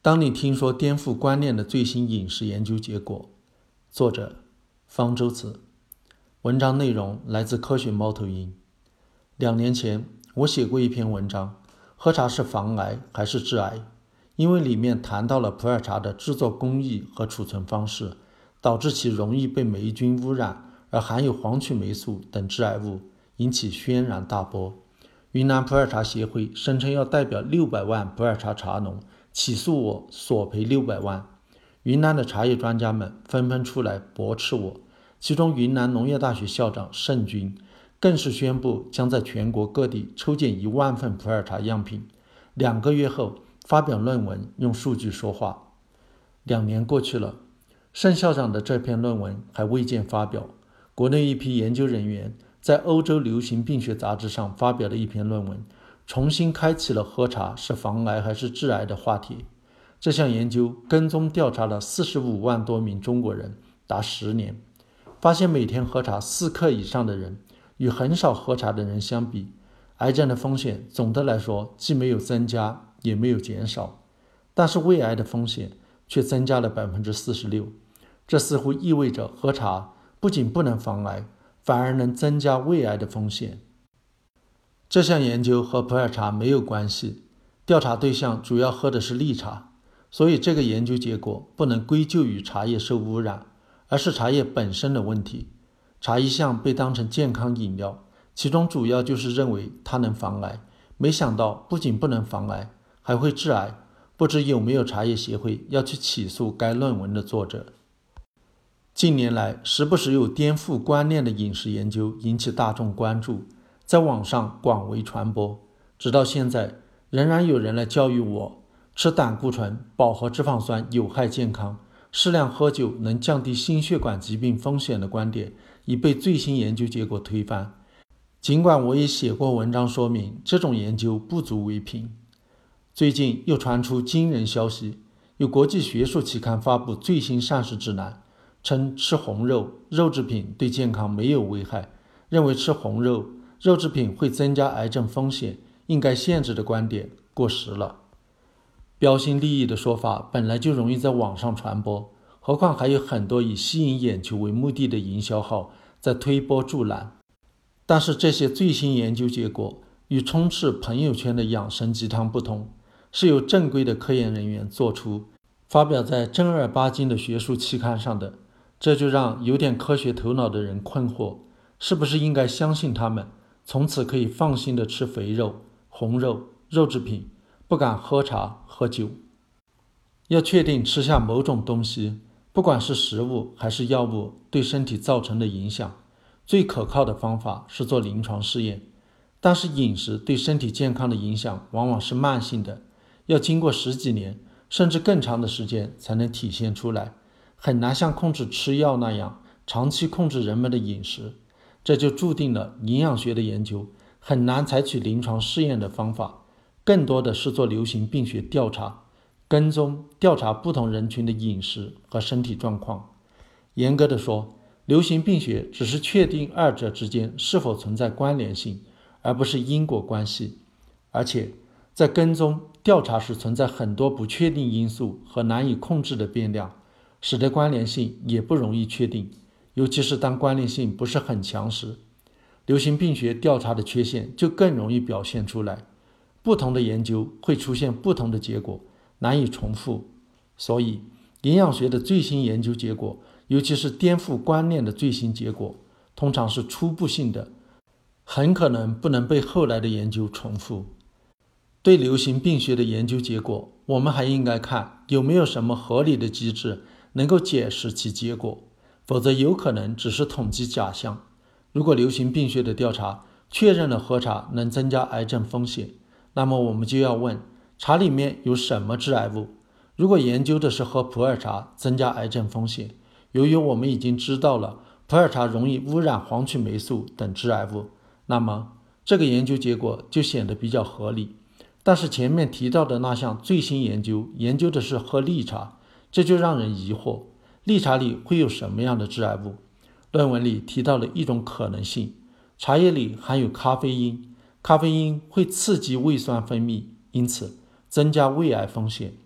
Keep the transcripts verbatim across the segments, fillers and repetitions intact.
当你听说颠覆观念的最新饮食研究结果。作者方舟子。文章内容来自科学猫头鹰。两年前我写过一篇文章，喝茶是防癌还是致癌？因为里面谈到了普洱茶的制作工艺和储存方式，导致其容易被霉菌污染，而含有黄曲霉素等致癌物，引起轩然大波。云南普洱茶协会声称要代表六百万普洱茶茶农起诉我索赔六百万。云南的茶叶专家们纷纷出来驳斥我，其中云南农业大学校长盛军更是宣布将在全国各地抽检一万份普洱茶样品，两个月后发表论文，用数据说话。两年过去了，盛校长的这篇论文还未见发表，国内一批研究人员在欧洲流行病学杂志上发表了一篇论文，重新开启了喝茶是防癌还是致癌的话题。这项研究跟踪调查了四十五万多名中国人，达十年，发现每天喝茶四克以上的人，与很少喝茶的人相比，癌症的风险总的来说既没有增加，也没有减少，但是胃癌的风险却增加了 百分之四十六。 这似乎意味着喝茶不仅不能防癌，反而能增加胃癌的风险。这项研究和普洱茶没有关系，调查对象主要喝的是绿茶，所以这个研究结果不能归咎于茶叶受污染，而是茶叶本身的问题。茶一向被当成健康饮料，其中主要就是认为它能防癌，没想到不仅不能防癌，还会致癌。不知有没有茶叶协会要去起诉该论文的作者。近年来，时不时有颠覆观念的饮食研究引起大众关注，在网上广为传播。直到现在，仍然有人来教育我，吃胆固醇、饱和脂肪酸有害健康，适量喝酒能降低心血管疾病风险的观点，已被最新研究结果推翻。尽管我也写过文章说明这种研究不足为凭。最近又传出惊人消息，有国际学术期刊发布最新膳食指南，称吃红肉、肉制品对健康没有危害，认为吃红肉、肉制品会增加癌症风险，应该限制的观点过时了。标新立异的说法本来就容易在网上传播，何况还有很多以吸引眼球为目的的营销号在推波助澜。但是这些最新研究结果与充斥朋友圈的养生鸡汤不同，是由正规的科研人员做出，发表在正儿八经的学术期刊上的，这就让有点科学头脑的人困惑，是不是应该相信他们，从此可以放心的吃肥肉、红肉、肉制品，不敢喝茶喝酒。要确定吃下某种东西，不管是食物还是药物对身体造成的影响，最可靠的方法是做临床试验。但是饮食对身体健康的影响往往是慢性的，要经过十几年甚至更长的时间才能体现出来，很难像控制吃药那样长期控制人们的饮食。这就注定了营养学的研究很难采取临床试验的方法，更多的是做流行病学调查，跟踪调查不同人群的饮食和身体状况。严格的说，流行病学只是确定二者之间是否存在关联性，而不是因果关系。而且在跟踪调查时存在很多不确定因素和难以控制的变量，使得关联性也不容易确定，尤其是当关联性不是很强时，流行病学调查的缺陷就更容易表现出来。不同的研究会出现不同的结果，难以重复。所以营养学的最新研究结果，尤其是颠覆观念的最新结果，通常是初步性的，很可能不能被后来的研究重复。对流行病学的研究结果，我们还应该看有没有什么合理的机制能够解释其结果，否则有可能只是统计假象。如果流行病学的调查确认了喝茶能增加癌症风险，那么我们就要问，茶里面有什么致癌物？如果研究的是喝普洱茶增加癌症风险，由于我们已经知道了普洱茶容易污染黄曲霉素等致癌物，那么这个研究结果就显得比较合理。但是前面提到的那项最新研究，研究的是喝绿茶，这就让人疑惑，绿茶里会有什么样的致癌物？论文里提到了一种可能性，茶叶里含有咖啡因，咖啡因会刺激胃酸分泌，因此增加胃癌风险。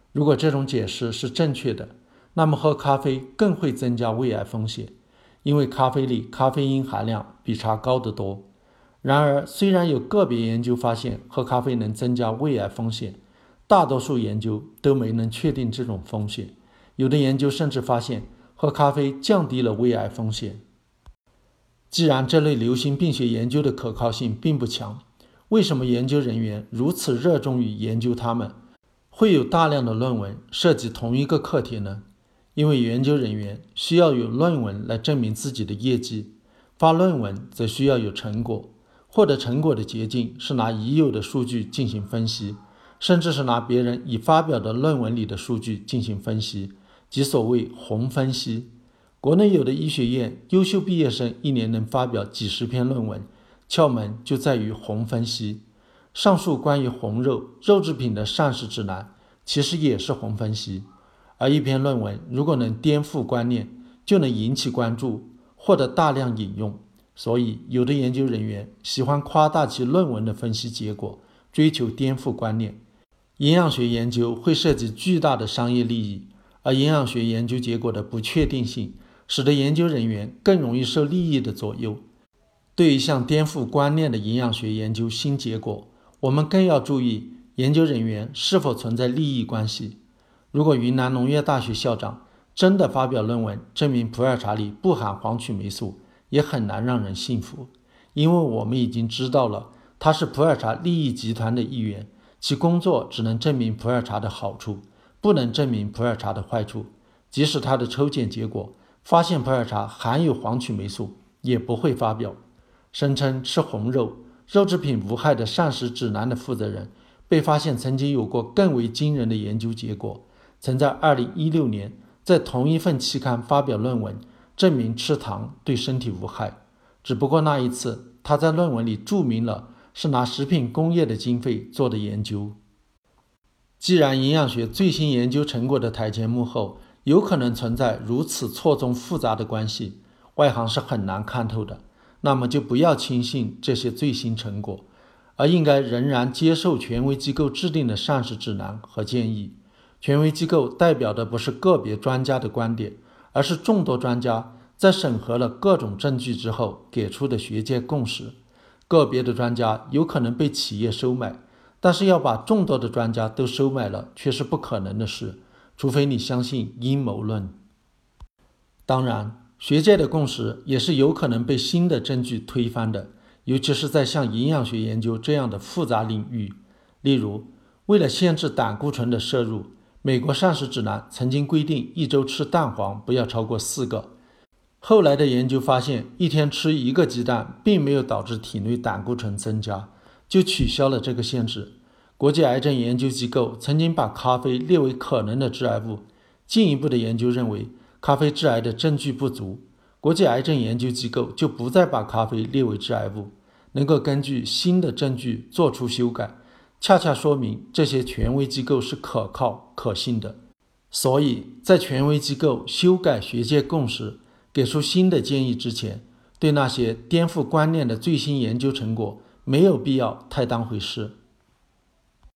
如果这种解释是正确的，那么喝咖啡更会增加胃癌风险，因为咖啡里咖啡因含量比茶高得多。然而，虽然有个别研究发现喝咖啡能增加胃癌风险，大多数研究都没能确定这种风险。有的研究甚至发现喝咖啡降低了胃癌风险。既然这类流行病学研究的可靠性并不强，为什么研究人员如此热衷于研究它们，会有大量的论文涉及同一个课题呢？因为研究人员需要有论文来证明自己的业绩，发论文则需要有成果。获得成果的捷径是拿已有的数据进行分析，甚至是拿别人已发表的论文里的数据进行分析，即所谓宏分析。国内有的医学院优秀毕业生一年能发表几十篇论文，窍门就在于宏分析。上述关于红肉、肉制品的膳食指南其实也是宏分析。而一篇论文如果能颠覆观念，就能引起关注，获得大量引用。所以有的研究人员喜欢夸大其论文的分析结果，追求颠覆观念。营养学研究会涉及巨大的商业利益，而营养学研究结果的不确定性使得研究人员更容易受利益的左右。对于一项颠覆观念的营养学研究新结果，我们更要注意研究人员是否存在利益关系。如果云南农业大学校长真的发表论文证明普洱茶里不含黄曲霉素，也很难让人信服，因为我们已经知道了他是普洱茶利益集团的一员，其工作只能证明普洱茶的好处，不能证明普洱茶的坏处。即使他的抽检结果发现普洱茶含有黄曲霉素，也不会发表。声称吃红肉、肉制品无害的膳食指南的负责人，被发现曾经有过更为惊人的研究结果，曾在二零一六年在同一份期刊发表论文，证明吃糖对身体无害。只不过那一次他在论文里注明了是拿食品工业的经费做的研究。既然营养学最新研究成果的台前幕后有可能存在如此错综复杂的关系，外行是很难看透的，那么就不要轻信这些最新成果，而应该仍然接受权威机构制定的膳食指南和建议。权威机构代表的不是个别专家的观点，而是众多专家在审核了各种证据之后给出的学界共识。个别的专家有可能被企业收买，但是要把众多的专家都收买了却是不可能的事，除非你相信阴谋论。当然，学界的共识也是有可能被新的证据推翻的，尤其是在像营养学研究这样的复杂领域。例如，为了限制胆固醇的摄入，美国膳食指南曾经规定一周吃蛋黄不要超过四个。后来的研究发现，一天吃一个鸡蛋并没有导致体内胆固醇增加，就取消了这个限制。国际癌症研究机构曾经把咖啡列为可能的致癌物，进一步的研究认为咖啡致癌的证据不足，国际癌症研究机构就不再把咖啡列为致癌物，能够根据新的证据做出修改，恰恰说明这些权威机构是可靠可信的。所以在权威机构修改学界共识，给出新的建议之前，对那些颠覆观念的最新研究成果没有必要太当回事。